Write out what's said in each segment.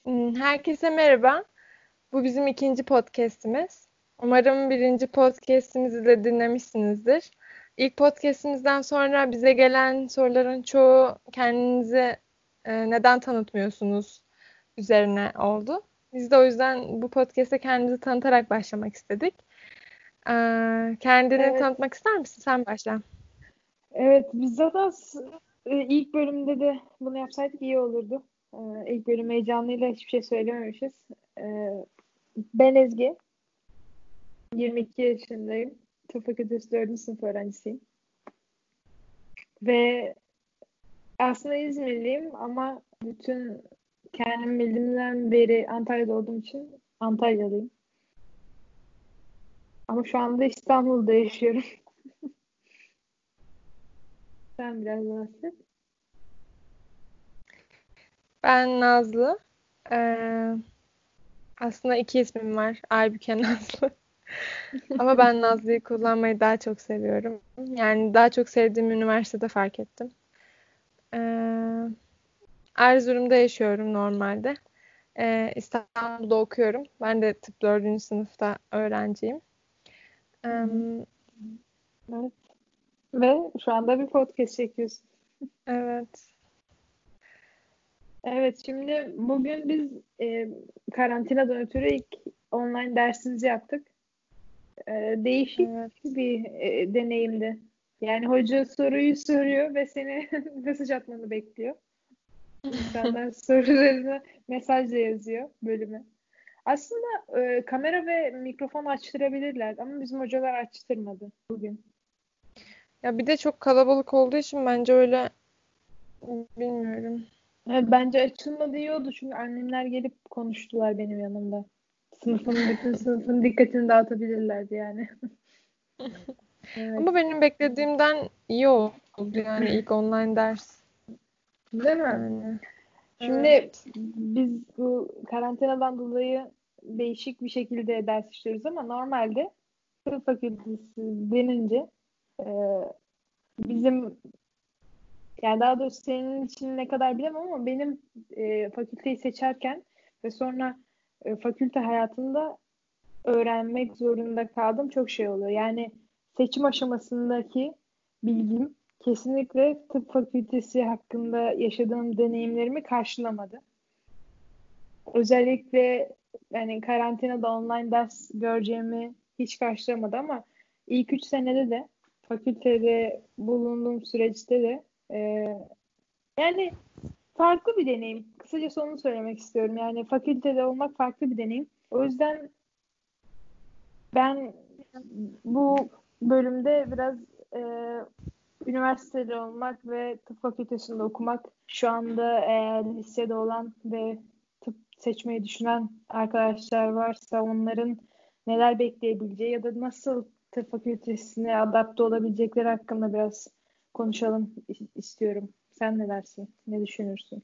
Herkese merhaba. Bu bizim ikinci podcast'imiz. Umarım birinci podcast'imizi de dinlemişsinizdir. İlk podcast'imizden sonra bize gelen soruların çoğu kendinizi neden tanıtmıyorsunuz üzerine oldu. Biz de o yüzden bu podcast'e kendimizi tanıtarak başlamak istedik. Kendini Evet, tanıtmak ister misin? Sen başla. evet. Biz zaten ilk bölümde de bunu yapsaydık iyi olurdu. İlk bölüm heyecanıyla hiçbir şey söylememişiz. Ee, Ben Ezgi, 22 yaşındayım. Tıp Fakültesi 4. sınıf öğrencisiyim. Ve aslında İzmirliyim ama bütün kendim bildiğimden beri Antalya'da olduğum için Antalyalıyım. Ama şu anda İstanbul'da yaşıyorum. Sen biraz bahset. Ben Nazlı. Ee, Aslında iki ismim var. Aybüke Nazlı. Ama ben Nazlı'yı kullanmayı daha çok seviyorum. Yani daha çok sevdiğim üniversitede fark ettim. Ee, Erzurum'da yaşıyorum normalde. İstanbul'da okuyorum. Ben de tıp 4. sınıfta öğrenciyim. Hı hı. Ee, Evet. Ve şu anda bir podcast çekiyorsun. evet. Evet, şimdi bugün biz karantinadan ötürü ilk online dersimizi yaptık. Değişik Evet. bir deneyimdi. Yani hoca soruyu soruyor ve seni mesaj atmanı bekliyor. İnsanlar sorularını mesajla yazıyor bölüme. Aslında kamera ve mikrofon açtırabilirler ama bizim hocalar açtırmadı bugün. Ya bir de çok kalabalık olduğu için bence öyle bilmiyorum. Bence açılmadı iyi oldu çünkü annemler gelip konuştular benim yanımda. Bütün sınıfın dikkatini dağıtabilirlerdi yani. Evet. Ama benim beklediğimden iyi oldu yani ilk online ders. Değil mi? Yani Şimdi evet. biz bu karantinadan dolayı değişik bir şekilde ders işliyoruz ama normalde tıp fakültesi denince e, bizim yani daha doğrusu senin için ne kadar bilemem ama benim fakülteyi seçerken ve sonra fakülte hayatında öğrenmek zorunda kaldım çok şey oluyor. Yani seçim aşamasındaki bilgim kesinlikle tıp fakültesi hakkında yaşadığım deneyimlerimi karşılamadı. Özellikle yani karantinada online ders göreceğimi hiç karşılamadı ama ilk 3 senede de fakültede bulunduğum süreçte de e, yani farklı bir deneyim. Kısacası onu söylemek istiyorum. Yani fakültede olmak farklı bir deneyim. O yüzden ben bu bölümde biraz e, üniversitede olmak ve tıp fakültesinde okumak şu anda eğer lisede olan ve tıp seçmeyi düşünen arkadaşlar varsa onların neler bekleyebileceği ya da nasıl tıp fakültesine adapte olabilecekleri hakkında biraz konuşalım istiyorum. Sen ne dersin? Ne düşünürsün?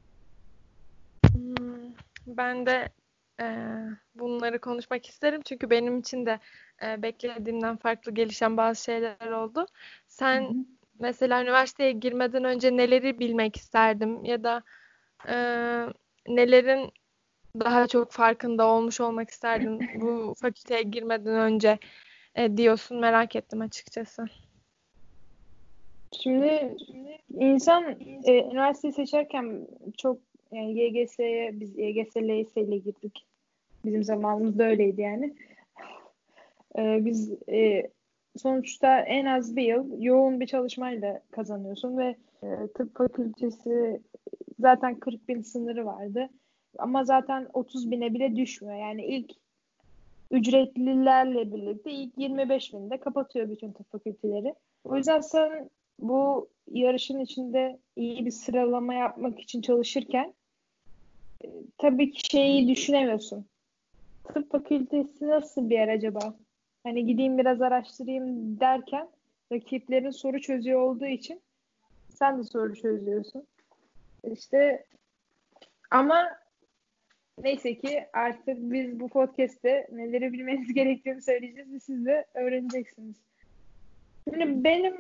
Ben de bunları konuşmak isterim çünkü benim için de beklediğimden farklı gelişen bazı şeyler oldu. Hı Sen hı. mesela üniversiteye girmeden önce neleri bilmek isterdim ya da e, nelerin daha çok farkında olmuş olmak isterdin bu fakülteye girmeden önce diyorsun merak ettim açıkçası. Şimdi insan üniversiteyi seçerken çok yani YGS'ye biz YGS, LYS ile girdik. Bizim zamanımızda öyleydi yani. Biz sonuçta en az bir yıl yoğun bir çalışmayla kazanıyorsun ve tıp fakültesi zaten 40 bin sınırı vardı. Ama zaten 30 bine bile düşmüyor. Yani ilk ücretlilerle birlikte ilk 25 binde kapatıyor bütün tıp fakülteleri. O yüzden sen bu yarışın içinde iyi bir sıralama yapmak için çalışırken tabii ki şeyi düşünemiyorsun. Tıp fakültesi nasıl bir yer acaba? Hani gideyim biraz araştırayım derken rakiplerin soru çözüyor olduğu için sen de soru çözüyorsun. İşte ama neyse ki artık biz bu podcast'te neleri bilmeniz gerektiğini söyleyeceğiz ve siz de öğreneceksiniz. Şimdi benim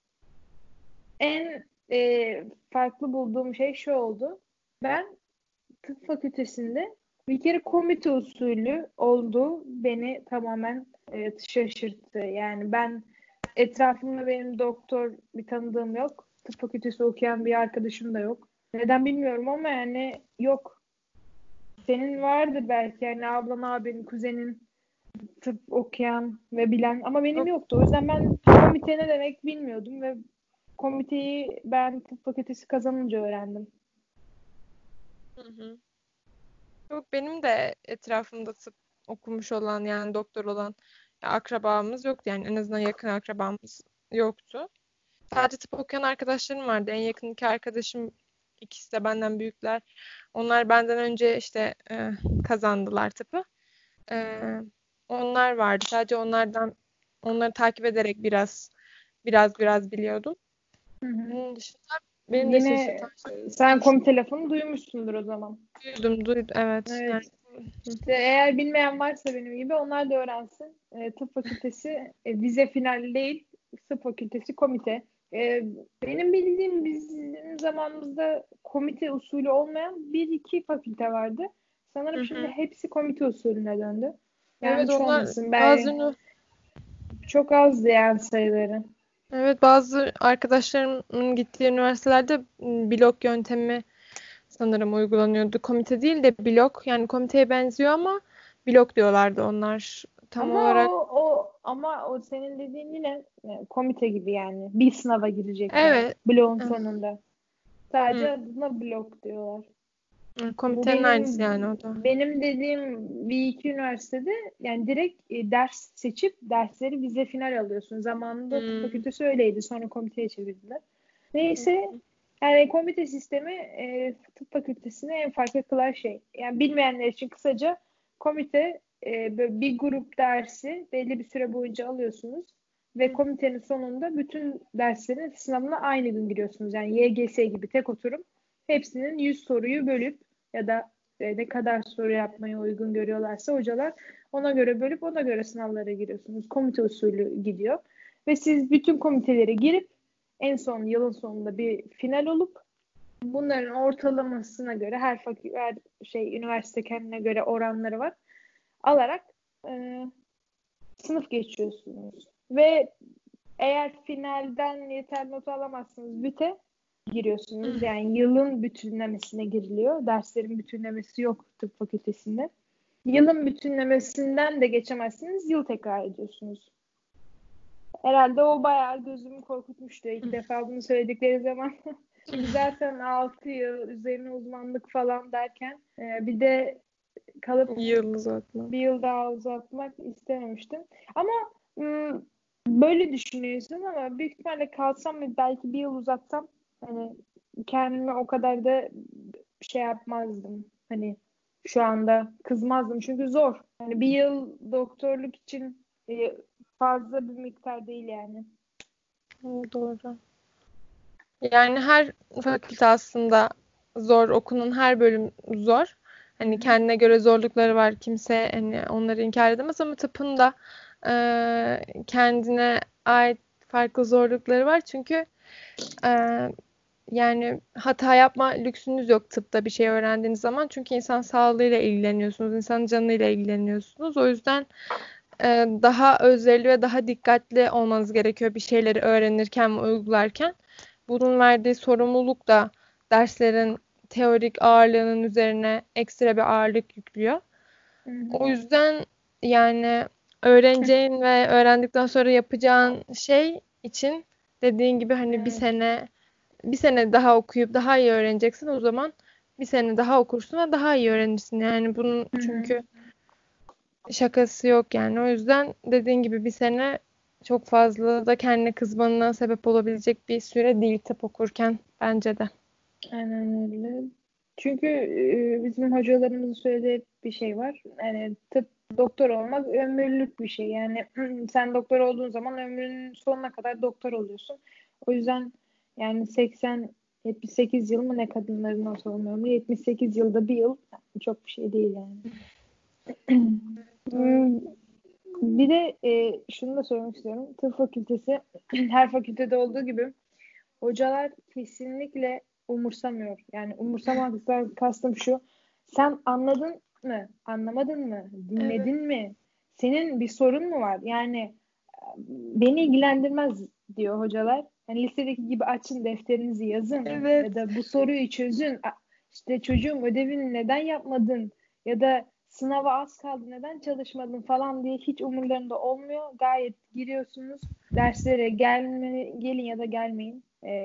en farklı bulduğum şey şu oldu. Ben tıp fakültesinde bir kere komite usulü olduğu beni tamamen şaşırttı. Yani ben etrafımda benim doktor bir tanıdığım yok. Tıp fakültesi okuyan bir arkadaşım da yok. Neden bilmiyorum ama yani yok. Senin vardır belki yani ablan, abinin, kuzenin tıp okuyan ve bilen ama benim Yok. yoktu. O yüzden ben komite ne demek bilmiyordum ve komiteyi ben tıp fakültesi kazanınca öğrendim. Hı hı. Yok, benim de etrafımda tıp okumuş olan yani doktor olan akrabamız yoktu. Yani en azından yakın akrabamız yoktu. Sadece tıp okuyan arkadaşlarım vardı. En yakın iki arkadaşım, ikisi de benden büyükler. Onlar benden önce işte kazandılar tıpı. E, Onlar vardı. Sadece onları takip ederek biraz biliyordum. Hı hı. Bunun dışında benim de Yine şaşırtan şey sen komite lafını duymuşsundur o zaman. duydum evet. Yani Evet. İşte eğer bilmeyen varsa benim gibi onlar da öğrensin. Tıp fakültesi vize final değil, tıp fakültesi komite. Benim bildiğim bizim zamanımızda komite usulü olmayan bir iki fakülte vardı. hı Sanırım şimdi hı. hepsi komite usulüne döndü. Evet, Yanlış onlar olmasın. bazı Ben çok azdı yani sayıları. evet, bazı arkadaşlarımın gittiği üniversitelerde blok yöntemi sanırım uygulanıyordu. Komite değil de blok. Yani komiteye benziyor ama blok diyorlardı onlar tam Ama olarak. o senin dediğin yine komite gibi yani. Bir sınava girecekler. Evet. Bloğun Evet. sonunda. Sadece Hı. adına blok diyorlar. Bu Komitenin benim aynısı yani o da. benim dediğim bir iki üniversitede yani direkt ders seçip dersleri vize final alıyorsun. Zamanında tıp Hmm. fakültesi öyleydi. Sonra komiteye çevirdiler. Neyse yani komite sistemi tıp fakültesini en farklı kılan şey. Yani bilmeyenler için kısaca komite böyle bir grup dersi belli bir süre boyunca alıyorsunuz ve Hı. komitenin sonunda bütün derslerin sınavına aynı gün giriyorsunuz. Yani YGS gibi tek oturum hepsinin 100 soruyu bölüp ya da ne kadar soru yapmaya uygun görüyorlarsa hocalar ona göre bölüp ona göre sınavlara giriyorsunuz. Komite usulü gidiyor. Ve siz bütün komitelere girip en son yılın sonunda bir final olup bunların ortalamasına göre her üniversite kendine göre oranları var. Alarak e, sınıf geçiyorsunuz. Ve eğer finalden yeterli not alamazsınız büte giriyorsunuz. Yani yılın bütünlemesine giriliyor. Derslerin bütünlemesi yok tıp fakültesinde. Yılın bütünlemesinden de geçemezsiniz. Yıl tekrar ediyorsunuz. Herhalde o bayağı gözümü korkutmuştu ilk defa bunu söyledikleri zaman. Çünkü zaten 6 yıl üzerine uzmanlık falan derken bir de kalıp Yıldız atma. bir yıl daha uzatmak istememiştim. Ama böyle düşünüyorsun ama büyük ihtimalle kalsam ve belki bir yıl uzatsam hani kendime o kadar da şey yapmazdım. Hani şu anda kızmazdım çünkü zor. Yani bir yıl doktorluk için fazla bir miktar değil yani. Doğru. Yani her fakülte aslında zor. Okulun her bölüm zor. Hı Hani hı. kendine göre zorlukları var. Kimse hani onları inkar edemez ama tıpın da kendine ait farklı zorlukları var. Çünkü eee, yani hata yapma lüksünüz yok tıpta bir şey öğrendiğiniz zaman. Çünkü insan sağlığıyla ilgileniyorsunuz, insan canıyla ilgileniyorsunuz. O yüzden daha özverili ve daha dikkatli olmanız gerekiyor bir şeyleri öğrenirken ve uygularken. Bunun verdiği sorumluluk da derslerin teorik ağırlığının üzerine ekstra bir ağırlık yüklüyor. Hı hı. O yüzden yani öğreneceğin ve öğrendikten sonra yapacağın şey için dediğin gibi hani Evet. bir sene daha okuyup daha iyi öğreneceksin. O zaman bir sene daha okursun ve daha iyi öğrenirsin. Yani bunun Hı hı. çünkü şakası yok yani. O yüzden dediğin gibi bir sene çok fazla da kendine kızmanına sebep olabilecek bir süre değil tıp okurken bence de. Aynen öyle. Çünkü bizim hocalarımızın söylediği bir şey var. Yani tıp doktor olmak ömürlük bir şey. Yani sen doktor olduğun zaman ömrünün sonuna kadar doktor oluyorsun. O yüzden yani 78 yıl mı ne kadınların ortalama 78 yılda bir yıl çok bir şey değil yani. Doğru. Hmm, Bir de şunu da söylemek istiyorum. Tıp fakültesi her fakültede olduğu gibi hocalar kesinlikle umursamıyor. Yani umursamaktan kastım şu. Sen anladın mı? Anlamadın mı? Evet. Dinledin mi? Senin bir sorun mu var? Yani beni ilgilendirmez diyor hocalar. Yani lisedeki gibi açın defterinizi yazın ya Evet. da bu soruyu çözün. İşte çocuğum ödevini neden yapmadın ya da sınava az kaldı neden çalışmadın falan diye hiç umurlarında olmuyor. Gayet giriyorsunuz derslere gelin ya da gelmeyin.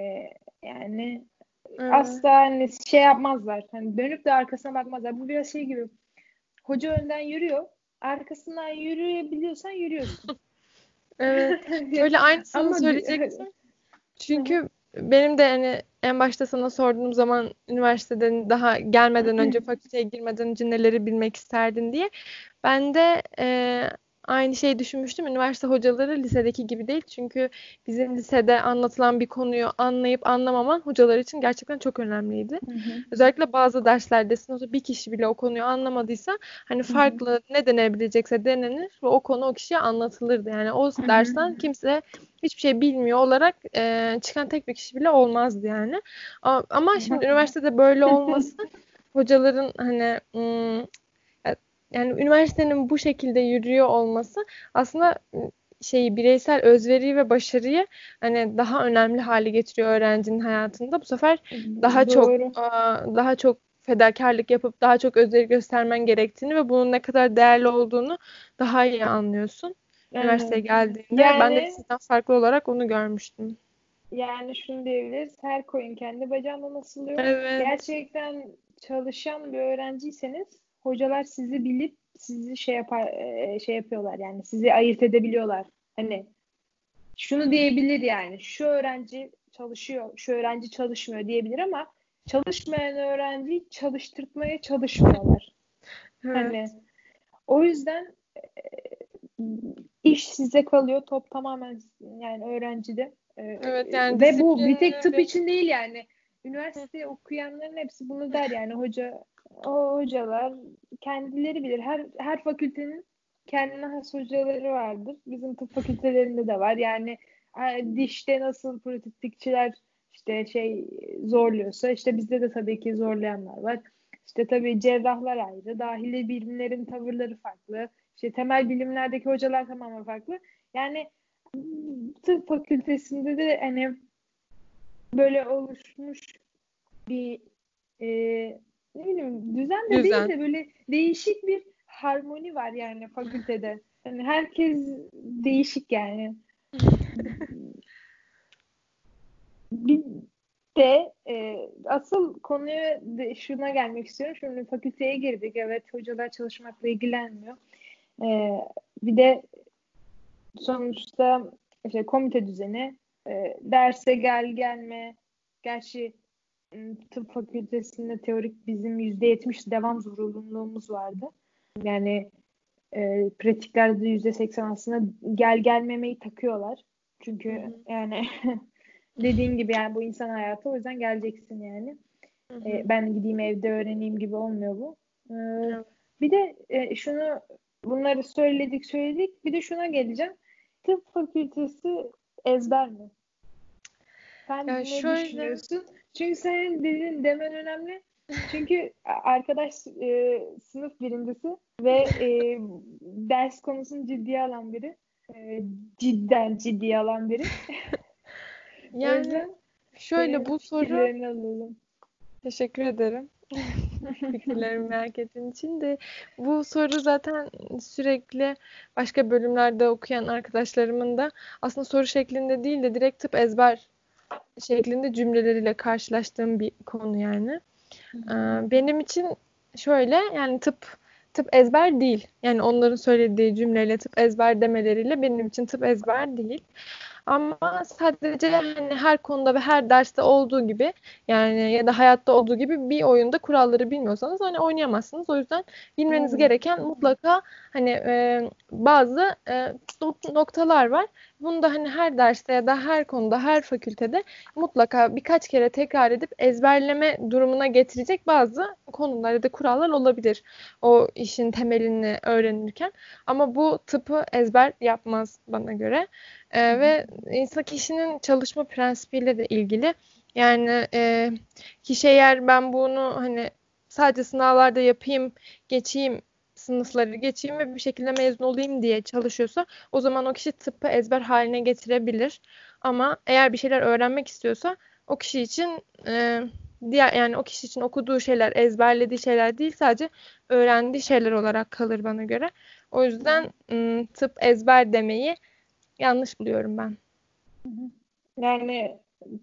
Yani Evet. asla hani şey yapmazlar. Hani dönüp de arkasına bakmazlar. Bu biraz şey gibi. Hoca önden yürüyor. Arkasından yürüyebiliyorsan yürüyorsun. Evet. Şöyle aynısını Ama söyleyecektim. Çünkü benim de hani en başta sana sorduğum zaman üniversiteden daha gelmeden önce fakülteye girmeden önce neleri bilmek isterdin diye. Ben de aynı şeyi düşünmüştüm. Üniversite hocaları lisedeki gibi değil. Çünkü bizim lisede anlatılan bir konuyu anlayıp anlamaman hocalar için gerçekten çok önemliydi. Hı hı. Özellikle bazı derslerde sınıfta bir kişi bile o konuyu anlamadıysa hani Hı hı. farklı ne denebilecekse denenir ve o konu o kişiye anlatılırdı. Yani o Hı hı. dersten kimse hiçbir şey bilmiyor olarak çıkan tek bir kişi bile olmazdı yani. Ama şimdi üniversitede böyle olması hocaların hani yani üniversitenin bu şekilde yürüyor olması aslında şeyi bireysel özveriyi ve başarıyı hani daha önemli hale getiriyor öğrencinin hayatında. Bu sefer Doğru. daha çok fedakarlık yapıp daha çok özveri göstermen gerektiğini ve bunun ne kadar değerli olduğunu daha iyi anlıyorsun. Üniversiteye Aynen. geldiğinde ben de Yani liseden farklı olarak onu görmüştüm. yani şunu diyebiliriz. Her koyun kendi bacağından asılıyor. Evet. Gerçekten çalışan bir öğrenciyseniz hocalar sizi bilip sizi şey yapıyorlar yani sizi ayırt edebiliyorlar. Hani şunu diyebilir yani şu öğrenci çalışıyor, şu öğrenci çalışmıyor diyebilir ama çalışmayan öğrenciyi çalıştırmaya çalışmıyorlar. Hani Evet. o yüzden iş size kalıyor. Top tamamen yani öğrencide. Evet yani Ve bu bir tek disiplinli tıp bir için değil yani. Üniversite okuyanların hepsi bunu der yani o hocalar kendileri bilir. Her fakültenin kendine has hocaları vardır. Bizim tıp fakültelerinde de var. Yani dişte nasıl pratikçiler işte şey zorluyorsa işte bizde de tabii ki zorlayanlar var. İşte tabii cerrahlar ayrı, dahili bilimlerin tavırları farklı. İşte temel bilimlerdeki hocalar tamamen farklı. Yani tıp fakültesinde de hani böyle oluşmuş bir e, ne bileyim düzen de değil düzen. de böyle değişik bir harmoni var yani fakültede. Yani herkes değişik yani. Bir de asıl konuya şuna gelmek istiyorum. Şimdi fakülteye girdik. Evet hocalar çalışmakla ilgilenmiyor. E, bir de sonuçta işte komite düzeni derse gel gelme. Gerçi tıp fakültesinde teorik bizim %70 devam zorunluluğumuz vardı. Yani pratiklerde %80 aslında gel gelmemeyi takıyorlar. Hı Çünkü hı. yani dediğin gibi yani bu insan hayatı o yüzden geleceksin yani. Hı hı. Ben gideyim evde öğreneyim gibi olmuyor bu. E, Evet. bir de bunları söyledik. Bir de şuna geleceğim. Tıp fakültesi ezber mi? Ya Sen ne şöyle düşünüyorsun? Çünkü senin dediğin demen önemli. Çünkü arkadaş sınıf birincisi ve ders konusunu ciddiye alan biri. Cidden ciddiye alan biri. O yani yüzden şöyle senin bu soru fikirlerini alalım. teşekkür ederim. Fikirlerimi merak ettiğin için de bu soru zaten sürekli başka bölümlerde okuyan arkadaşlarımın da aslında soru şeklinde değil de direkt tıp ezber şeklinde cümleleriyle karşılaştığım bir konu yani. Hı Ee, hı. Benim için şöyle yani tıp ezber değil. Yani onların söylediği cümleyle tıp ezber demeleriyle benim için tıp ezber değil. Ama sadece hani her konuda ve her derste olduğu gibi yani ya da hayatta olduğu gibi bir oyunda kuralları bilmiyorsanız hani oynayamazsınız. O yüzden bilmeniz Aynen. gereken mutlaka hani bazı noktalar var. Bunu da hani her derste ya da her konuda, her fakültede mutlaka birkaç kere tekrar edip ezberleme durumuna getirecek bazı konular ya da kurallar olabilir. O işin temelini öğrenirken. Ama bu tıpı ezber yapmaz bana göre. Hı hı. Ve insan kişinin çalışma prensibiyle de ilgili. Yani kişi eğer ben bunu hani sadece sınavlarda yapayım, geçeyim, sınıfları geçeyim ve bir şekilde mezun olayım diye çalışıyorsa o zaman o kişi tıbbı ezber haline getirebilir. Ama eğer bir şeyler öğrenmek istiyorsa o kişi için yani o kişi için okuduğu şeyler, ezberlediği şeyler değil, sadece öğrendiği şeyler olarak kalır bana göre. O yüzden tıp ezber demeyi yanlış buluyorum ben. Yani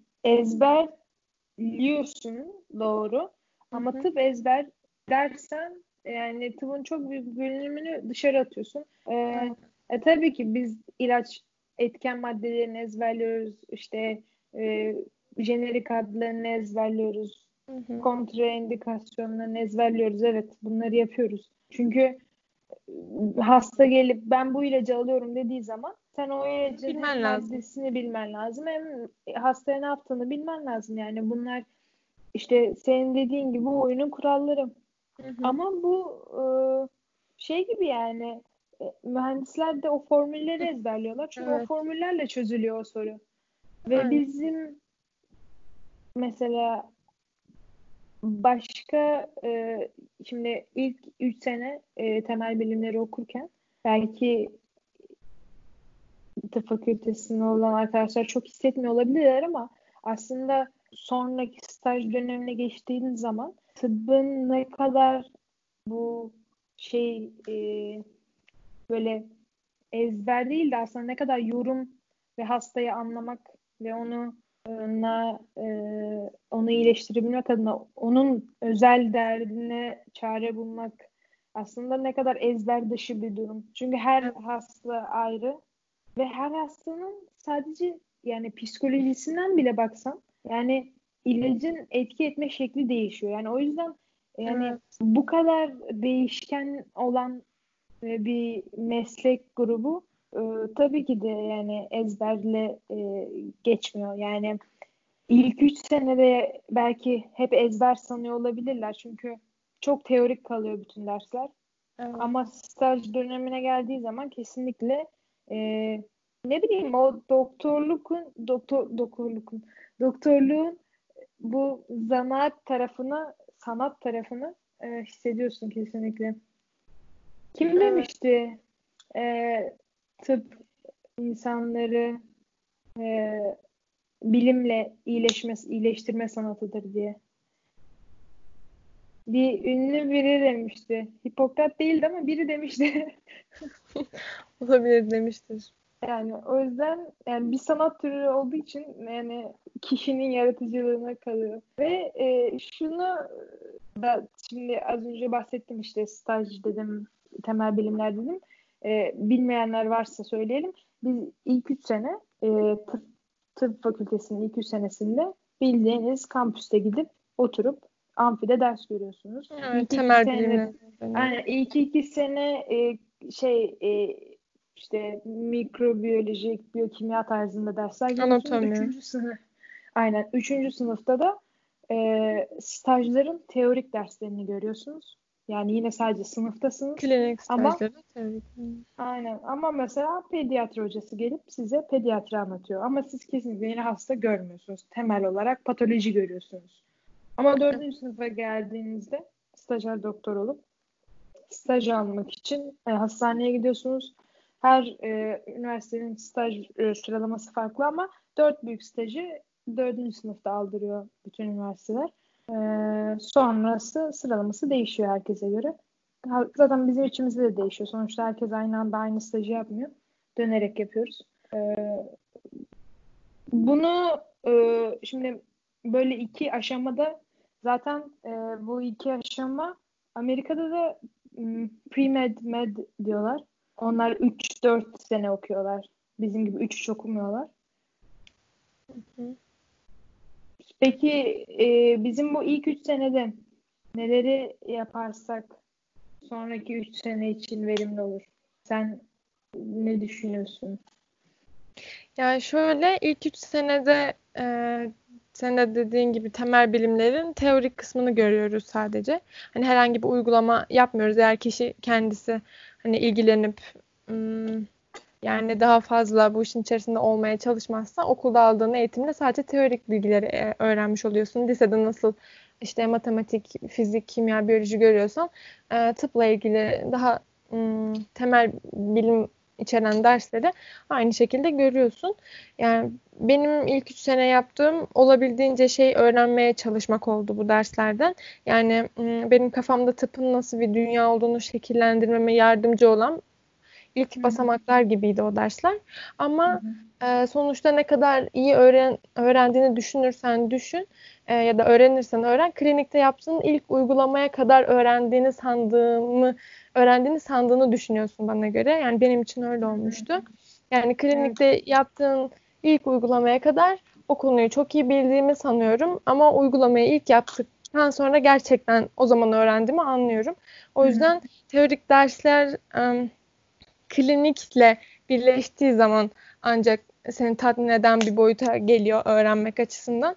ezberliyorsun doğru. Ama tıp ezber dersen yani tıbbın çok büyük bölümünü dışarı atıyorsun. Tabii ki biz ilaç etken maddelerini ezberliyoruz. İşte jenerik adlarını ezberliyoruz. Kontraindikasyonlarını ezberliyoruz. Evet, bunları yapıyoruz. Çünkü hasta gelip ben bu ilacı alıyorum dediği zaman sen o ilacın hem Bilmen lazım. maddesini bilmen lazım hem hastaya ne yaptığını bilmen lazım. Yani bunlar işte senin dediğin gibi oyunun kuralları. Ama bu şey gibi yani mühendisler de o formülleri ezberliyorlar. Çünkü o Evet. formüllerle çözülüyor o soru. Ve Aynen. bizim mesela başka şimdi ilk 3 sene temel bilimleri okurken belki tıp fakültesinde olan arkadaşlar çok hissetmiyor olabilirler ama aslında sonraki staj dönemine geçtiğiniz zaman tıbbın ne kadar bu şey böyle ezber değil de aslında ne kadar yorum ve hastayı anlamak ve onu iyileştirebilmek adına onun özel derdine çare bulmak aslında ne kadar ezber dışı bir durum. Çünkü her hasta ayrı ve her hastanın sadece yani psikolojisinden bile baksan yani ilacın etki etme şekli değişiyor. Yani o yüzden yani bu kadar değişken olan bir meslek grubu tabii ki de yani ezberle geçmiyor. Yani ilk 3 senede belki hep ezber sanıyor olabilirler. Çünkü çok teorik kalıyor bütün dersler. Evet. Ama staj dönemine geldiği zaman kesinlikle ne bileyim o doktorluğun bu zanaat tarafını, sanat tarafını hissediyorsun kesinlikle. Kim demişti tıp insanları bilimle iyileştirme sanatıdır diye. Bir ünlü biri demişti. Hipokrat değildi ama biri demişti. Olabilir demiştir. Yani o yüzden yani bir sanat türü olduğu için yani kişinin yaratıcılığına kalıyor. Ve şunu da şimdi az önce bahsettim işte staj dedim, temel bilimler dedim. Bilmeyenler varsa söyleyelim. Biz ilk 3 sene tıp fakültesinin ilk 3 senesinde bildiğiniz kampüste gidip oturup amfide ders görüyorsunuz. Evet, temel bilimler. Aynen, ilk 2 sene işte mikrobiyolojik, biyokimya tarzında dersler görüyorsunuz. Anatomi. Üçüncü sınıfta da stajların teorik derslerini görüyorsunuz. Yani yine sadece sınıftasınız. Klinik Ama stajları. Evet. aynen. Ama mesela pediatri hocası gelip size pediatri anlatıyor. Ama siz kesinlikle yine hasta görmüyorsunuz. Temel olarak patoloji görüyorsunuz. Ama 4. sınıfa geldiğinizde stajyer doktor olup staj almak için hastaneye gidiyorsunuz. Her üniversitenin staj sıralaması farklı ama 4 büyük stajı 4. sınıfta aldırıyor bütün üniversiteler. Sonrası sıralaması değişiyor herkese göre. Zaten bizim içimizde de değişiyor. Sonuçta herkes aynı anda aynı stajı yapmıyor. Dönerek yapıyoruz. Bunu şimdi böyle 2 aşamada zaten bu 2 aşama Amerika'da da pre-med, med diyorlar. Onlar 3-4 sene okuyorlar. Bizim gibi 3 okumuyorlar. Peki bizim bu ilk 3 senede neleri yaparsak sonraki 3 sene için verimli olur? Sen ne düşünüyorsun? Yani şöyle ilk 3 senede senin de dediğin gibi temel bilimlerin teorik kısmını görüyoruz sadece. Hani herhangi bir uygulama yapmıyoruz. Eğer kişi kendisi hani ilgilenip yani daha fazla bu işin içerisinde olmaya çalışmazsa okulda aldığın eğitimle sadece teorik bilgileri öğrenmiş oluyorsun. Lisede nasıl işte matematik, fizik, kimya, biyoloji görüyorsan tıpla ilgili daha temel bilim içeren dersleri aynı şekilde görüyorsun. Yani benim ilk 3 sene yaptığım olabildiğince şey öğrenmeye çalışmak oldu bu derslerden. Yani benim kafamda tıpın nasıl bir dünya olduğunu şekillendirmeme yardımcı olan ilk basamaklar gibiydi o dersler. Ama sonuçta ne kadar iyi öğrendiğini düşünürsen düşün ya da öğrenirsen öğren, klinikte yaptığın ilk uygulamaya kadar öğrendiğini sandığını düşünüyorsun bana göre. Yani benim için öyle olmuştu. Yani Evet. klinikte yaptığın ilk uygulamaya kadar o konuyu çok iyi bildiğimi sanıyorum ama uygulamayı ilk yaptıktan sonra gerçekten o zaman öğrendiğimi anlıyorum. O yüzden teorik dersler klinikle birleştiği zaman ancak seni tatmin eden bir boyuta geliyor öğrenmek açısından.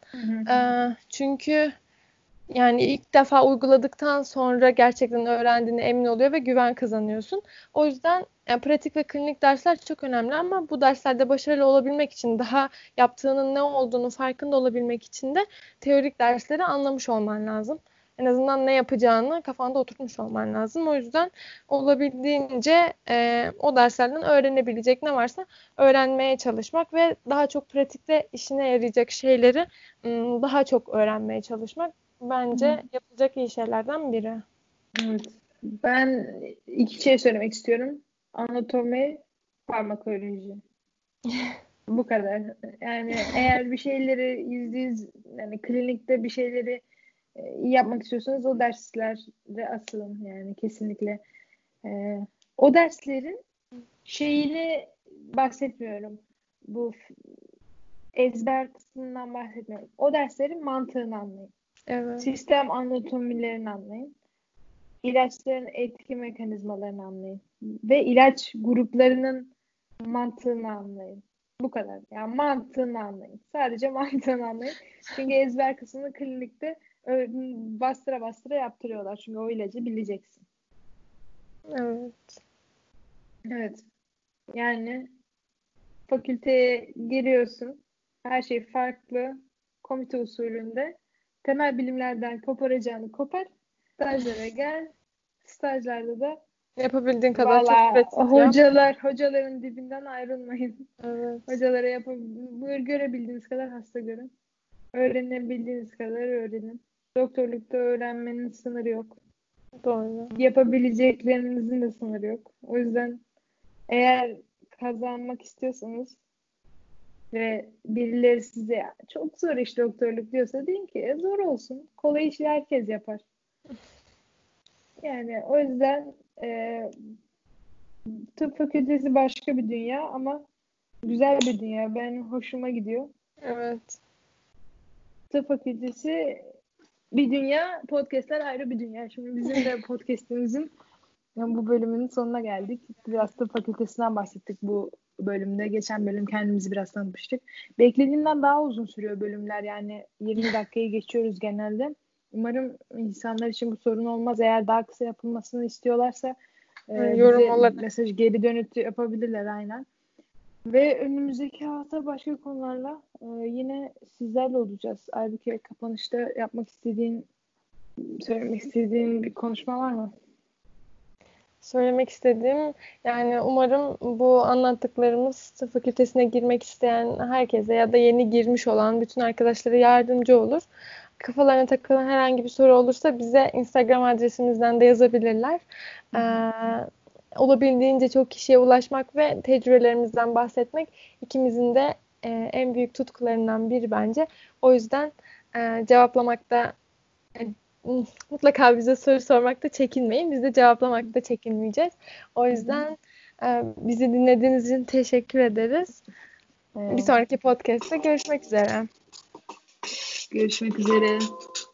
Çünkü yani ilk defa uyguladıktan sonra gerçekten öğrendiğine emin oluyor ve güven kazanıyorsun. O yüzden yani pratik ve klinik dersler çok önemli ama bu derslerde başarılı olabilmek için, daha yaptığının ne olduğunu farkında olabilmek için de teorik dersleri anlamış olman lazım. En azından ne yapacağını kafanda oturtmuş olman lazım. O yüzden olabildiğince o derslerden öğrenebilecek ne varsa öğrenmeye çalışmak ve daha çok pratikte işine yarayacak şeyleri daha çok öğrenmeye çalışmak bence yapılacak iyi şeylerden biri. Evet. Ben iki şey söylemek istiyorum. Anatomi, farmakoloji. Bu kadar. Yani eğer bir şeyleri %100 yani klinikte bir şeyleri iyi yapmak istiyorsanız o derslere asılın yani kesinlikle. E, O derslerin şeyini bahsetmiyorum. Bu ezber kısmından bahsetmiyorum. O derslerin mantığını anlayın. Evet. Sistem anatomilerini anlayın. İlaçların etki mekanizmalarını anlayın. Ve ilaç gruplarının mantığını anlayın. Bu kadar. Yani mantığını anlayın. Sadece mantığını anlayın. Çünkü ezber kısmını klinikte bastıra bastıra yaptırıyorlar. Çünkü o ilacı bileceksin. Evet. Evet. Yani fakülteye giriyorsun. Her şey farklı. Komite usulünde. Temel bilimlerden koparacağını kopar. Stajlara gel. Stajlarda da Yapabildiğin kadar çok valla pratik yap. hocaların dibinden ayrılmayın. Evet. Hocalara görebildiğiniz kadar hasta görün. Öğrenebildiğiniz kadar öğrenin. Doktorlukta öğrenmenin sınırı yok. Doğru. Yapabileceklerinizin de sınırı yok. O yüzden eğer kazanmak istiyorsanız ve birileri size "Ya, çok zor iş doktorluk" diyorsa deyin ki zor olsun. Kolay işi herkes yapar. Yani o yüzden tıp fakültesi başka bir dünya ama güzel bir dünya. Benim hoşuma gidiyor. Evet. Tıp fakültesi bir dünya, podcastler ayrı bir dünya. Şimdi bizim de podcastimizin bu bölümünün sonuna geldik. Biraz tıp fakültesinden bahsettik bu bölümde. Geçen bölüm kendimizi biraz tanıtmıştık. Beklediğimden daha uzun sürüyor bölümler. Yani 20 dakikayı geçiyoruz genelde. Umarım insanlar için bu sorun olmaz. Eğer daha kısa yapılmasını istiyorlarsa Yorum bize olarak. mesaj geri dönütü yapabilirler aynen. Ve önümüzdeki hafta başka konularla yine sizlerle olacağız. Aybüke, kapanışta söylemek istediğin bir konuşma var mı? Söylemek istediğim, yani umarım bu anlattıklarımız tıp fakültesine girmek isteyen herkese ya da yeni girmiş olan bütün arkadaşlara yardımcı olur. Kafalarına takılan herhangi bir soru olursa bize Instagram adresimizden de yazabilirler. Olabildiğince çok kişiye ulaşmak ve tecrübelerimizden bahsetmek ikimizin de en büyük tutkularından biri bence. O yüzden cevaplamakta mutlaka bize soru sormakta çekinmeyin. Biz de cevaplamakta çekinmeyeceğiz. O yüzden bizi dinlediğiniz için teşekkür ederiz. Bir sonraki podcast'te görüşmek üzere. Görüşmek üzere.